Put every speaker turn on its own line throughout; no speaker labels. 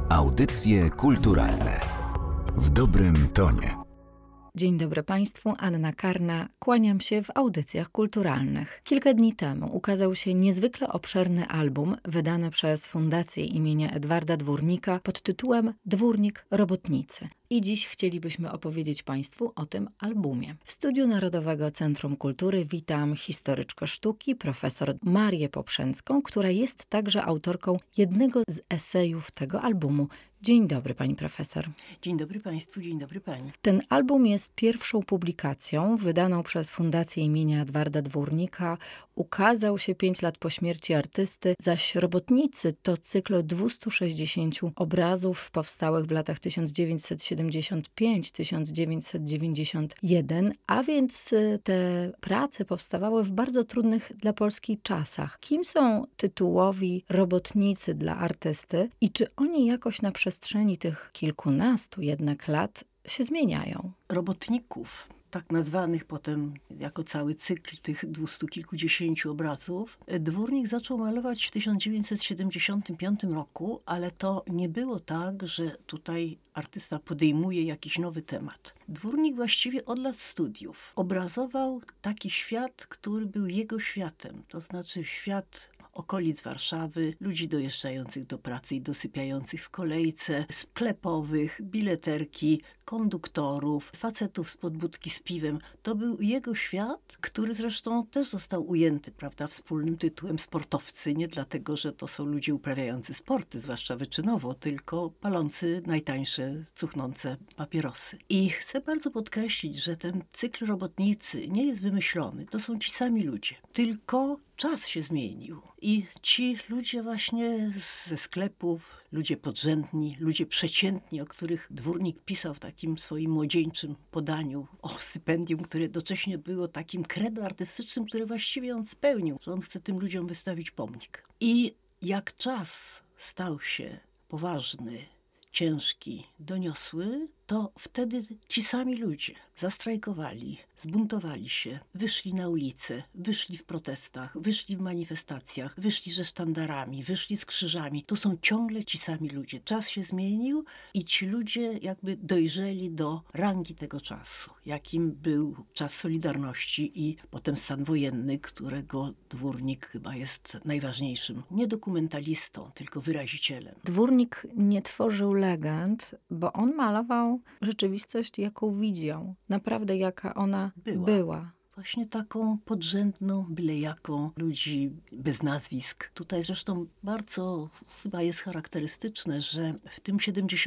Audycje kulturalne w dobrym tonie.
Dzień dobry Państwu, Anna Karna, kłaniam się w audycjach kulturalnych. Kilka dni temu ukazał się niezwykle obszerny album wydany przez Fundację imienia Edwarda Dwórnika pod tytułem Dwórnik Robotnicy. I dziś chcielibyśmy opowiedzieć Państwu o tym albumie. W Studiu Narodowego Centrum Kultury witam historyczkę sztuki, profesor Marię Poprzęcką, która jest także autorką jednego z esejów tego albumu. Dzień dobry Pani Profesor.
Dzień dobry Państwu, dzień dobry Pani.
Ten album jest pierwszą publikacją wydaną przez Fundację imienia Edwarda Dwórnika. Ukazał się 5 lat po śmierci artysty, zaś Robotnicy to cykl 260 obrazów powstałych w latach 1975-1991, a więc te prace powstawały w bardzo trudnych dla Polski czasach. Kim są tytułowi robotnicy dla artysty i czy oni jakoś na przestrzeni tych kilkunastu jednak lat się zmieniają?
Robotników, tak nazwanych potem jako cały cykl tych 200 kilkudziesięciu obrazów, Dwórnik zaczął malować w 1975 roku, ale to nie było tak, że tutaj artysta podejmuje jakiś nowy temat. Dwórnik właściwie od lat studiów obrazował taki świat, który był jego światem, to znaczy świat okolic Warszawy, ludzi dojeżdżających do pracy i dosypiających w kolejce, sklepowych, bileterki, konduktorów, facetów spod budki z piwem. To był jego świat, który zresztą też został ujęty, prawda, wspólnym tytułem Sportowcy. Nie dlatego, że to są ludzie uprawiający sporty, zwłaszcza wyczynowo, tylko palący najtańsze, cuchnące papierosy. I chcę bardzo podkreślić, że ten cykl Robotnicy nie jest wymyślony. To są ci sami ludzie. Tylko czas się zmienił i ci ludzie właśnie ze sklepów, ludzie podrzędni, ludzie przeciętni, o których Dwórnik pisał w takim swoim młodzieńczym podaniu o stypendium, które jednocześnie było takim credo artystycznym, które właściwie on spełnił, że on chce tym ludziom wystawić pomnik. I jak czas stał się poważny, ciężki, doniosły, to wtedy ci sami ludzie zastrajkowali, zbuntowali się, wyszli na ulicę, wyszli w protestach, wyszli w manifestacjach, wyszli ze sztandarami, wyszli z krzyżami. To są ciągle ci sami ludzie. Czas się zmienił i ci ludzie jakby dojrzeli do rangi tego czasu, jakim był czas Solidarności i potem stan wojenny, którego Dwórnik chyba jest najważniejszym nie dokumentalistą, tylko wyrazicielem.
Dwórnik nie tworzył legend, bo on malował rzeczywistość, jaką widział. Naprawdę, jaka ona była.
Właśnie taką podrzędną, byle jaką, ludzi bez nazwisk. Tutaj zresztą bardzo chyba jest charakterystyczne, że w tym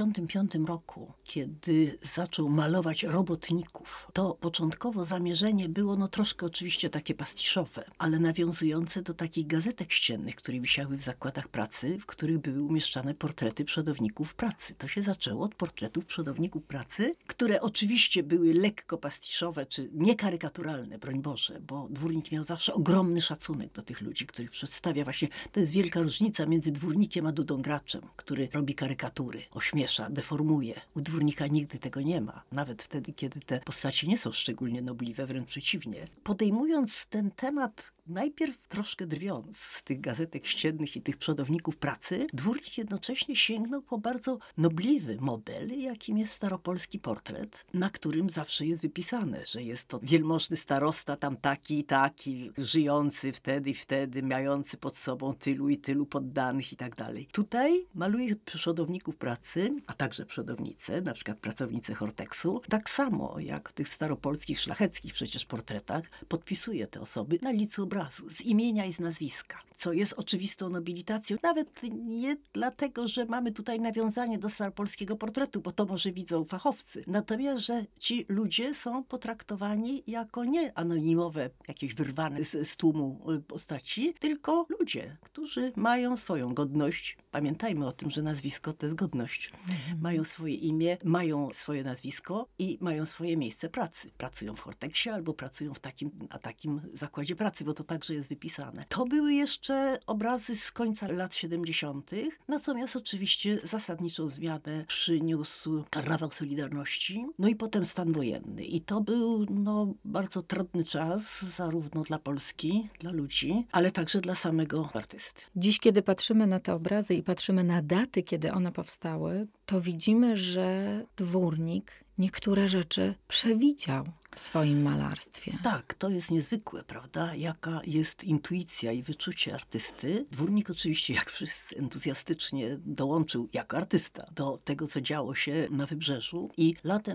75 roku, kiedy zaczął malować robotników, to początkowo zamierzenie było troszkę oczywiście takie pastiszowe, ale nawiązujące do takich gazetek ściennych, które wisiały w zakładach pracy, w których były umieszczane portrety przodowników pracy. To się zaczęło od portretów przodowników pracy, które oczywiście były lekko pastiszowe, czy niekarykaturalne, broń Boże, bo Dwórnik miał zawsze ogromny szacunek do tych ludzi, których przedstawia. Właśnie to jest wielka różnica między Dwórnikiem a Dudą Graczem, który robi karykatury, ośmiesza, deformuje. U Dwórnika nigdy tego nie ma. Nawet wtedy, kiedy te postaci nie są szczególnie nobliwe, wręcz przeciwnie. Podejmując ten temat, najpierw troszkę drwiąc z tych gazetek ściennych i tych przodowników pracy, Dwórnik jednocześnie sięgnął po bardzo nobliwy model, jakim jest staropolski portret, na którym zawsze jest wypisane, że jest to wielmożny starosta, tam taki i taki, żyjący wtedy i wtedy, mający pod sobą tylu i tylu poddanych i tak dalej. Tutaj maluje przodowników pracy, a także przodownice, na przykład pracownice Horteksu, tak samo jak w tych staropolskich, szlacheckich przecież portretach, podpisuje te osoby na licu obrazu, z imienia i z nazwiska, co jest oczywistą nobilitacją. Nawet nie dlatego, że mamy tutaj nawiązanie do staropolskiego portretu, bo to może widzą fachowcy. Natomiast, że ci ludzie są potraktowani jako nie anonimowe, jakieś wyrwane z tłumu postaci, tylko ludzie, którzy mają swoją godność. Pamiętajmy o tym, że nazwisko to jest godność. Mają swoje imię, mają swoje nazwisko i mają swoje miejsce pracy. Pracują w Horteksie albo pracują w takim zakładzie pracy, bo to także jest wypisane. To były jeszcze obrazy z końca lat 70., natomiast oczywiście zasadniczą zmianę przyniósł Karnawał Solidarności, no i potem stan wojenny. I to był bardzo tradycyjny trudny czas, zarówno dla Polski, dla ludzi, ale także dla samego artysty.
Dziś, kiedy patrzymy na te obrazy i patrzymy na daty, kiedy one powstały, to widzimy, że Dwórnik niektóre rzeczy przewidział w swoim malarstwie.
Tak, to jest niezwykłe, prawda? Jaka jest intuicja i wyczucie artysty. Dwórnik oczywiście, jak wszyscy, entuzjastycznie dołączył jako artysta do tego, co działo się na Wybrzeżu i latem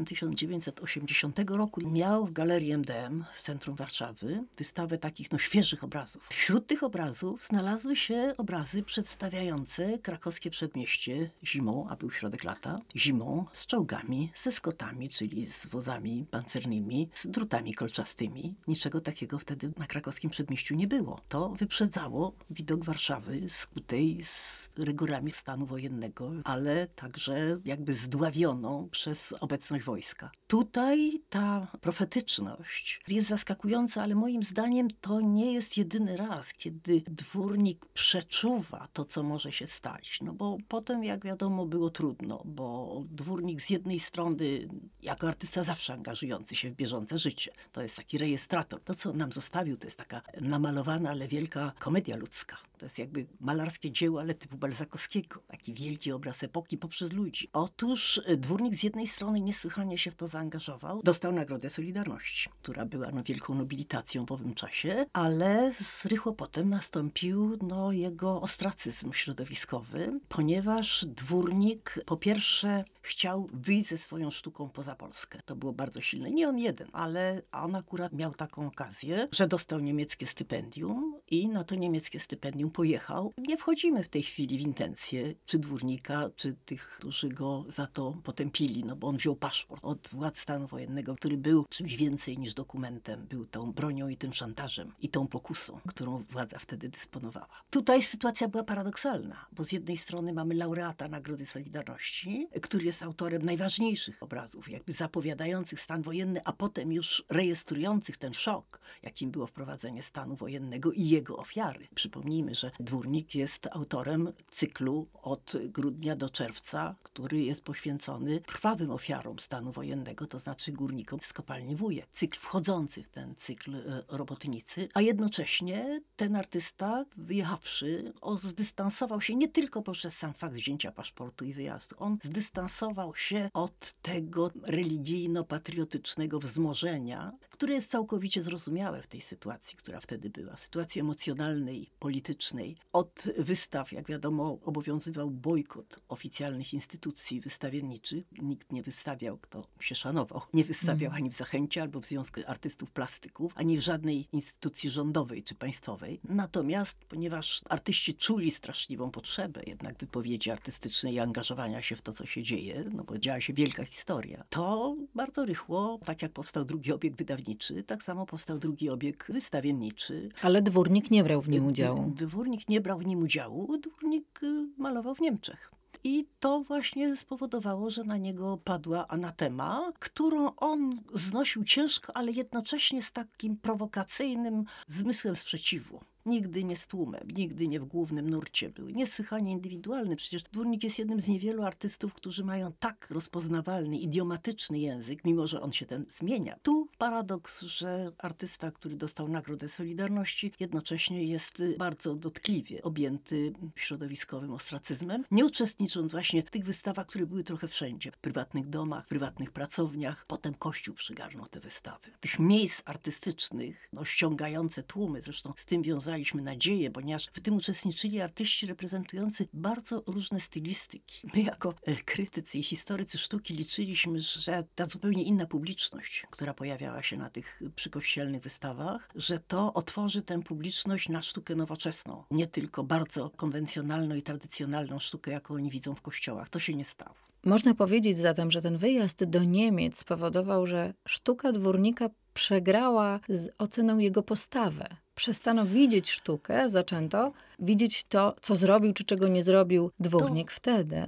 1980 roku miał w Galerii MDM w centrum Warszawy wystawę takich świeżych obrazów. Wśród tych obrazów znalazły się obrazy przedstawiające krakowskie przedmieście zimą, a był środek lata, zimą z czołgami, ze skotami, czyli z wozami pancernymi, z drutami kolczastymi. Niczego takiego wtedy na krakowskim przedmieściu nie było. To wyprzedzało widok Warszawy skutej z rygorami stanu wojennego, ale także jakby zdławioną przez obecność wojska. Tutaj ta profetyczność jest zaskakująca, ale moim zdaniem to nie jest jedyny raz, kiedy Dwórnik przeczuwa to, co może się stać. No bo potem, jak wiadomo, było trudno, bo Dwórnik z jednej strony jako artysta zawsze angażujący się w bieżące życie. To jest taki rejestrator. To, co nam zostawił, to jest taka namalowana, ale wielka komedia ludzka. To jest jakby malarskie dzieło, ale typu Balzakowskiego. Taki wielki obraz epoki poprzez ludzi. Otóż Dwórnik z jednej strony niesłychanie się w to zaangażował. Dostał Nagrodę Solidarności, która była wielką nobilitacją w owym czasie, ale rychło potem nastąpił jego ostracyzm środowiskowy, ponieważ Dwórnik po pierwsze chciał wyjść ze swoją sztuką poza Polskę. To było bardzo silne. Nie on jeden, ale on akurat miał taką okazję, że dostał niemieckie stypendium i na to niemieckie stypendium pojechał. Nie wchodzimy w tej chwili w intencje czy Dwórnika, czy tych, którzy go za to potępili, bo on wziął paszport od władz stanu wojennego, który był czymś więcej niż dokumentem. Był tą bronią i tym szantażem i tą pokusą, którą władza wtedy dysponowała. Tutaj sytuacja była paradoksalna, bo z jednej strony mamy laureata Nagrody Solidarności, który jest autorem najważniejszych obrazów, jakby zapowiadających stan wojenny, a potem już rejestrujących ten szok, jakim było wprowadzenie stanu wojennego i jego ofiary. Przypomnijmy, że Dwórnik jest autorem cyklu od grudnia do czerwca, który jest poświęcony krwawym ofiarom stanu wojennego, to znaczy górnikom z kopalni Wujek. Cykl wchodzący w ten cykl robotnicy, a jednocześnie ten artysta, wyjechawszy, zdystansował się nie tylko poprzez sam fakt wzięcia paszportu i wyjazdu. On zdystansował się od tego religijno-patriotycznego wzmożenia, które jest całkowicie zrozumiałe w tej sytuacji, która wtedy była. Sytuacji emocjonalnej, politycznej. Od wystaw, jak wiadomo, obowiązywał bojkot oficjalnych instytucji wystawienniczych. Nikt nie wystawiał, kto się szanował. Nie wystawiał ani w Zachęcie, albo w Związku Artystów Plastyków, ani w żadnej instytucji rządowej czy państwowej. Natomiast, ponieważ artyści czuli straszliwą potrzebę jednak wypowiedzi artystycznej i angażowania się w to, co się dzieje, bo działa się wielka historia, to bardzo rychło, tak jak powstał drugi obieg wydawniczy, tak samo powstał drugi obieg wystawienniczy.
Ale Dwórnik nie brał w nim udziału.
Dwórnik nie brał w nim udziału. Dwórnik malował w Niemczech. I to właśnie spowodowało, że na niego padła anatema, którą on znosił ciężko, ale jednocześnie z takim prowokacyjnym zmysłem sprzeciwu. Nigdy nie z tłumem, nigdy nie w głównym nurcie. Był niesłychanie indywidualny. Przecież Dwórnik jest jednym z niewielu artystów, którzy mają tak rozpoznawalny, idiomatyczny język, mimo że on się ten zmienia. Tu paradoks, że artysta, który dostał Nagrodę Solidarności, jednocześnie jest bardzo dotkliwie objęty środowiskowym ostracyzmem, nie uczestnicząc właśnie w tych wystawach, które były trochę wszędzie. W prywatnych domach, w prywatnych pracowniach. Potem Kościół przygarnął te wystawy. Tych miejsc artystycznych, ściągające tłumy, zresztą z tym wiązaliśmy nadzieję, ponieważ w tym uczestniczyli artyści reprezentujący bardzo różne stylistyki. My jako krytycy i historycy sztuki liczyliśmy, że ta zupełnie inna publiczność, która pojawiała się na tych przykościelnych wystawach, że to otworzy tę publiczność na sztukę nowoczesną. Nie tylko bardzo konwencjonalną i tradycjonalną sztukę, jaką oni widzą w kościołach. To się nie stało.
Można powiedzieć zatem, że ten wyjazd do Niemiec spowodował, że sztuka Dwórnika przegrała z oceną jego postawę. Przestano widzieć sztukę, zaczęto widzieć to, co zrobił, czy czego nie zrobił Dwórnik wtedy.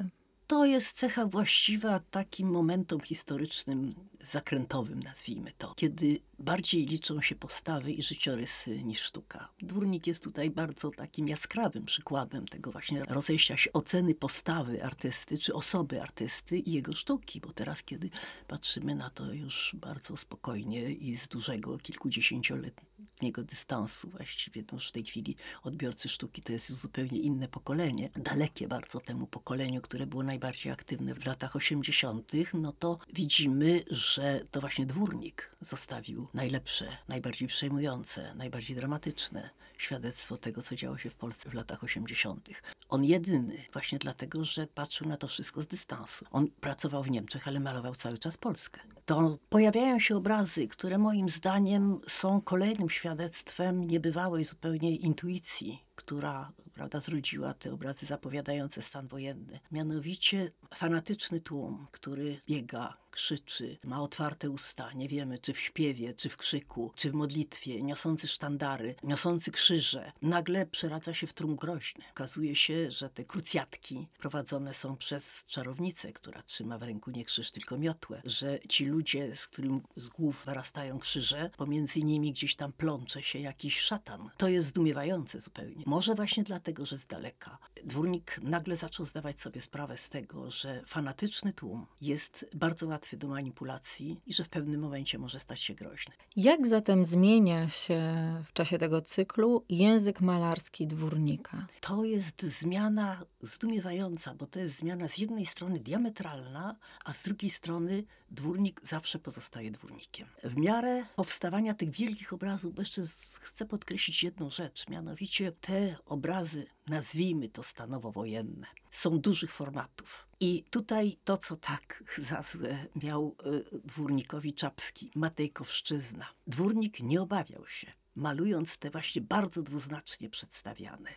To jest cecha właściwa takim momentom historycznym, zakrętowym, nazwijmy to, kiedy bardziej liczą się postawy i życiorysy niż sztuka. Dwórnik jest tutaj bardzo takim jaskrawym przykładem tego właśnie rozejścia się oceny postawy artysty, czy osoby artysty i jego sztuki, bo teraz, kiedy patrzymy na to już bardzo spokojnie i z dużego, kilkudziesięcioletniego dystansu, właściwie to już w tej chwili odbiorcy sztuki to jest już zupełnie inne pokolenie, dalekie bardzo temu pokoleniu, które było najbardziej aktywne w latach 80., no to widzimy, że to właśnie Dwórnik zostawił najlepsze, najbardziej przejmujące, najbardziej dramatyczne świadectwo tego, co działo się w Polsce w latach 80. On jedyny, właśnie dlatego, że patrzył na to wszystko z dystansu. On pracował w Niemczech, ale malował cały czas Polskę. To pojawiają się obrazy, które moim zdaniem są kolejnym świadectwem niebywałej zupełnie intuicji, która, prawda, zrodziła te obrazy zapowiadające stan wojenny. Mianowicie fanatyczny tłum, który biega, krzyczy, ma otwarte usta, nie wiemy czy w śpiewie, czy w krzyku, czy w modlitwie, niosący sztandary, niosący krzyże. Nagle przeradza się w tłum groźny. Okazuje się, że te krucjatki prowadzone są przez czarownicę, która trzyma w ręku nie krzyż, tylko miotłę. Że ci ludzie, z którym z głów wyrastają krzyże, pomiędzy nimi gdzieś tam plącze się jakiś szatan. To jest zdumiewające zupełnie. Może właśnie dlatego, że z daleka. Dwórnik nagle zaczął zdawać sobie sprawę z tego, że fanatyczny tłum jest bardzo łatwy do manipulacji i że w pewnym momencie może stać się groźny.
Jak zatem zmienia się w czasie tego cyklu język malarski Dwórnika?
To jest zmiana zdumiewająca, bo to jest zmiana z jednej strony diametralna, a z drugiej strony Dwórnik zawsze pozostaje Dwórnikiem. W miarę powstawania tych wielkich obrazów, bo jeszcze chcę podkreślić jedną rzecz, mianowicie te obrazy, nazwijmy to stanowo-wojenne, są dużych formatów. I tutaj to, co tak za złe miał Dwórnikowi Czapski, Matejkowszczyzna. Dwórnik nie obawiał się, malując te właśnie bardzo dwuznacznie przedstawiane,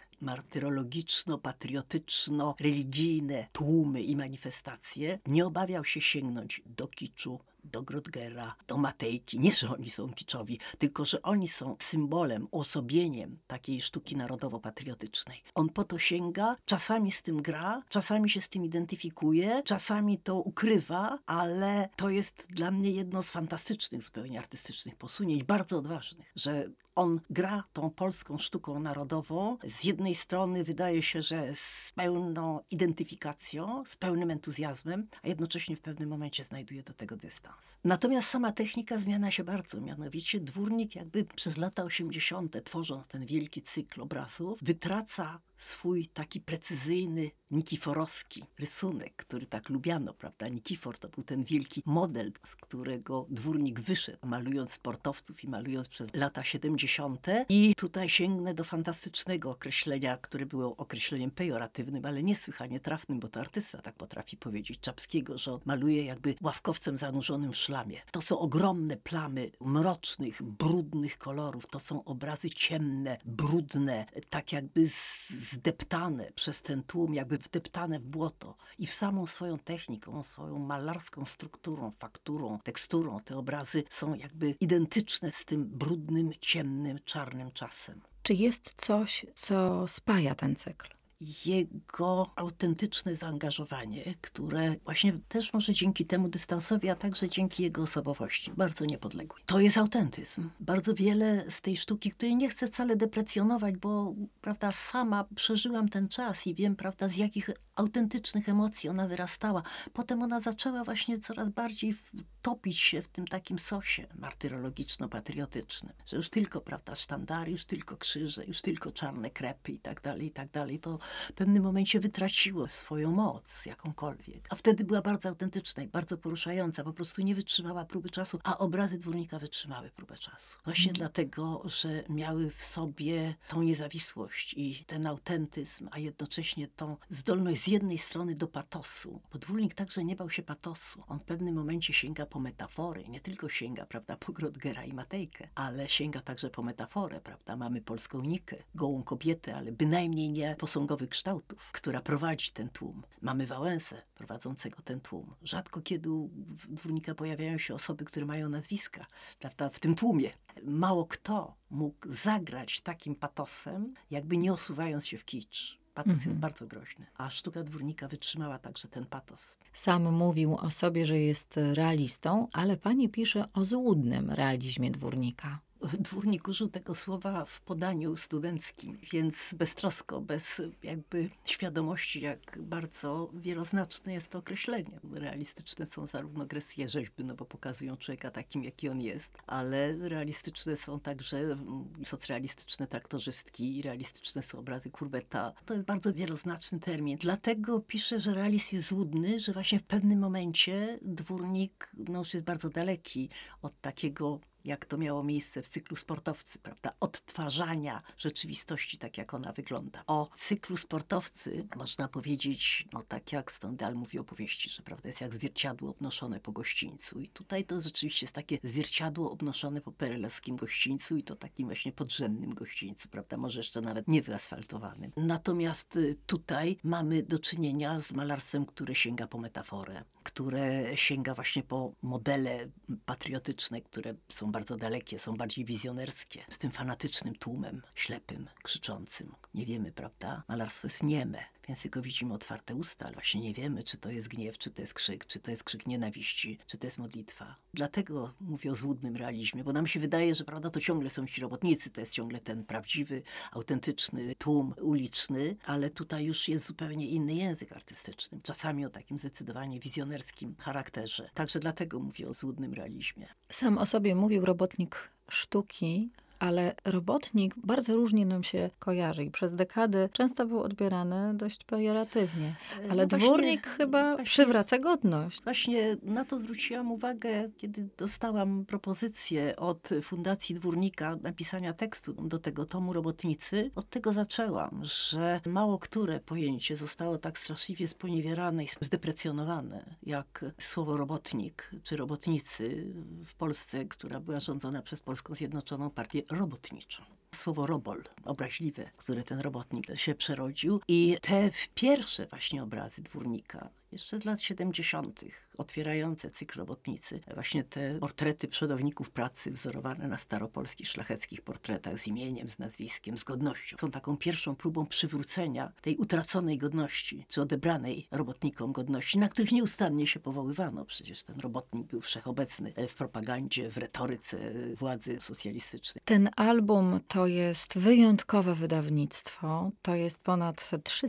martyrologiczno-patriotyczno-religijne tłumy i manifestacje, nie obawiał się sięgnąć do kiczu, do Grotgera, do Matejki. Nie, że oni są kiczowi, tylko że oni są symbolem, uosobieniem takiej sztuki narodowo-patriotycznej. On po to sięga, czasami z tym gra, czasami się z tym identyfikuje, czasami to ukrywa, ale to jest dla mnie jedno z fantastycznych zupełnie artystycznych posunięć, bardzo odważnych, że on gra tą polską sztuką narodową. Z jednej strony wydaje się, że z pełną identyfikacją, z pełnym entuzjazmem, a jednocześnie w pewnym momencie znajduje do tego dystans. Natomiast sama technika zmienia się bardzo, mianowicie Dwórnik jakby przez lata 80., tworząc ten wielki cykl obrazów, wytraca swój taki precyzyjny, nikiforowski rysunek, który tak lubiano, prawda? Nikifor to był ten wielki model, z którego Dwórnik wyszedł, malując sportowców i malując przez lata 70. I tutaj sięgnę do fantastycznego określenia, które było określeniem pejoratywnym, ale niesłychanie trafnym, bo to artysta tak potrafi powiedzieć, Czapskiego, że on maluje jakby ławkowcem zanurzonym w szlamie. To są ogromne plamy mrocznych, brudnych kolorów. To są obrazy ciemne, brudne, tak jakby zdeptane przez ten tłum, jakby wdeptane w błoto. I w samą swoją techniką, swoją malarską strukturą, fakturą, teksturą te obrazy są jakby identyczne z tym brudnym, ciemnym, czarnym czasem.
Czy jest coś, co spaja ten cykl?
Jego autentyczne zaangażowanie, które właśnie też może dzięki temu dystansowi, a także dzięki jego osobowości, bardzo niepodległej. To jest autentyzm. Bardzo wiele z tej sztuki, której nie chcę wcale deprecjonować, bo prawda, sama przeżyłam ten czas i wiem, prawda, z jakich autentycznych emocji ona wyrastała. Potem ona zaczęła właśnie coraz bardziej topić się w tym takim sosie martyrologiczno-patriotycznym, że już tylko, prawda, sztandary, już tylko krzyże, już tylko czarne krepy i tak dalej, to w pewnym momencie wytraciło swoją moc jakąkolwiek. A wtedy była bardzo autentyczna i bardzo poruszająca, po prostu nie wytrzymała próby czasu, a obrazy Dwórnika wytrzymały próbę czasu. Właśnie dlatego, że miały w sobie tą niezawisłość i ten autentyzm, a jednocześnie tą zdolność z jednej strony do patosu, bo Dwórnik także nie bał się patosu. On w pewnym momencie sięga po metafory, nie tylko sięga, prawda, po Grotgera i Matejkę, ale sięga także po metaforę, prawda. Mamy polską Nikę, gołą kobietę, ale bynajmniej nie posągowych kształtów, która prowadzi ten tłum. Mamy Wałęsę prowadzącego ten tłum. Rzadko kiedy u Dwórnika pojawiają się osoby, które mają nazwiska, prawda, w tym tłumie. Mało kto mógł zagrać takim patosem, jakby nie osuwając się w kicz. Patos jest bardzo groźny, a sztuka Dwórnika wytrzymała także ten patos.
Sam mówił o sobie, że jest realistą, ale pani pisze o złudnym realizmie Dwórnika.
Dwórnik użył tego słowa w podaniu studenckim, więc beztrosko, bez jakby świadomości, jak bardzo wieloznaczne jest to określenie. Realistyczne są zarówno greckie rzeźby, no bo pokazują człowieka takim, jaki on jest, ale realistyczne są także socrealistyczne traktorzystki i realistyczne są obrazy Courbeta. To jest bardzo wieloznaczny termin. Dlatego piszę, że realizm jest złudny, że właśnie w pewnym momencie Dwórnik już jest bardzo daleki od takiego, jak to miało miejsce w cyklu Sportowcy, prawda? Odtwarzania rzeczywistości tak, jak ona wygląda. O cyklu Sportowcy można powiedzieć, tak jak Stendhal mówi o powieści, że prawda, jest jak zwierciadło obnoszone po gościńcu. I tutaj to rzeczywiście jest takie zwierciadło obnoszone po perelowskim gościńcu i to takim właśnie podrzędnym gościńcu, prawda? Może jeszcze nawet nie wyasfaltowanym. Natomiast tutaj mamy do czynienia z malarstwem, które sięga po metaforę, które sięga właśnie po modele patriotyczne, które są bardzo dalekie, są bardziej wizjonerskie. Z tym fanatycznym tłumem, ślepym, krzyczącym. Nie wiemy, prawda? Malarstwo jest nieme, więc tylko widzimy otwarte usta, ale właśnie nie wiemy, czy to jest gniew, czy to jest krzyk nienawiści, czy to jest modlitwa. Dlatego mówię o złudnym realizmie, bo nam się wydaje, że prawda, to ciągle są ci robotnicy, to jest ciągle ten prawdziwy, autentyczny tłum uliczny, ale tutaj już jest zupełnie inny język artystyczny. Czasami o takim zdecydowanie wizjonerskim charakterze. Także dlatego mówię o złudnym realizmie.
Sam o sobie mówił robotnik sztuki, ale robotnik bardzo różnie nam się kojarzy i przez dekady często był odbierany dość pejoratywnie. Ale Dwórnik chyba przywraca godność.
Właśnie na to zwróciłam uwagę, kiedy dostałam propozycję od Fundacji Dwórnika napisania tekstu do tego tomu Robotnicy. Od tego zaczęłam, że mało które pojęcie zostało tak straszliwie sponiewierane i zdeprecjonowane, jak słowo robotnik czy robotnicy w Polsce, która była rządzona przez Polską Zjednoczoną Partię Robotniczą. Słowo robol, obraźliwe, które ten robotnik się przerodził. I te pierwsze właśnie obrazy Dwórnika, jeszcze z lat 70., otwierające cykl Robotnicy, właśnie te portrety przodowników pracy wzorowane na staropolskich, szlacheckich portretach z imieniem, z nazwiskiem, z godnością, są taką pierwszą próbą przywrócenia tej utraconej godności, czy odebranej robotnikom godności, na których nieustannie się powoływano. Przecież ten robotnik był wszechobecny w propagandzie, w retoryce władzy socjalistycznej.
Ten album to jest wyjątkowe wydawnictwo. To jest ponad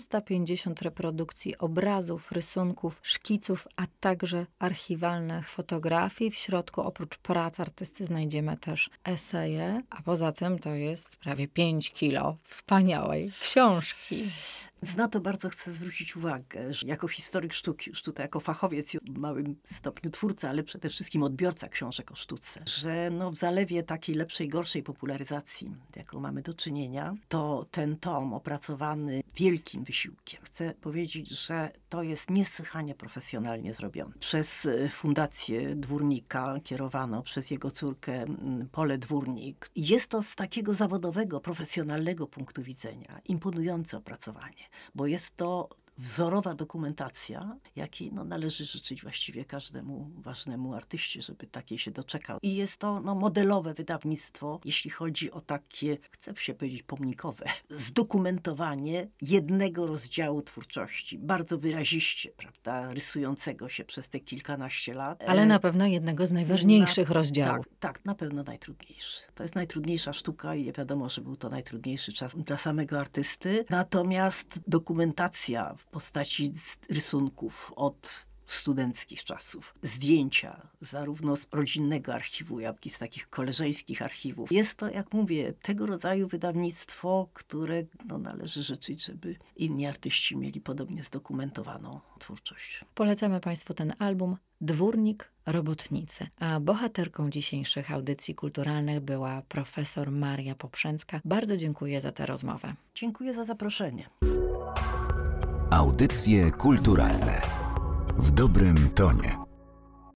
350 reprodukcji obrazów, rysunków, szkiców, a także archiwalnych fotografii. W środku oprócz prac artysty znajdziemy też eseje, a poza tym to jest prawie 5 kilo wspaniałej książki.
Na to bardzo chcę zwrócić uwagę, że jako historyk sztuki, już tutaj jako fachowiec i w małym stopniu twórca, ale przede wszystkim odbiorca książek o sztuce, że w zalewie takiej lepszej, gorszej popularyzacji, jaką mamy do czynienia, to ten tom opracowany wielkim wysiłkiem. Chcę powiedzieć, że to jest niesłychanie profesjonalnie zrobione. Przez Fundację Dwórnika kierowano przez jego córkę Polę Dwórnik. Jest to z takiego zawodowego, profesjonalnego punktu widzenia imponujące opracowanie, bo jest to wzorowa dokumentacja, jakiej należy życzyć właściwie każdemu ważnemu artyście, żeby takiej się doczekał. I jest to modelowe wydawnictwo, jeśli chodzi o takie, chcę się powiedzieć, pomnikowe, zdokumentowanie jednego rozdziału twórczości, bardzo wyraziście, prawda, rysującego się przez te kilkanaście lat.
Ale na pewno jednego z najważniejszych rozdziałów.
Tak, na pewno najtrudniejszy. To jest najtrudniejsza sztuka i wiadomo, że był to najtrudniejszy czas dla samego artysty. Natomiast dokumentacja w postaci rysunków od studenckich czasów, zdjęcia zarówno z rodzinnego archiwu, jak i z takich koleżeńskich archiwów. Jest to, jak mówię, tego rodzaju wydawnictwo, które należy życzyć, żeby inni artyści mieli podobnie zdokumentowaną twórczość.
Polecamy Państwu ten album Dwórnik Robotnicy. A bohaterką dzisiejszych audycji kulturalnych była profesor Maria Poprzęcka. Bardzo dziękuję za tę rozmowę.
Dziękuję za zaproszenie.
Audycje kulturalne w dobrym tonie.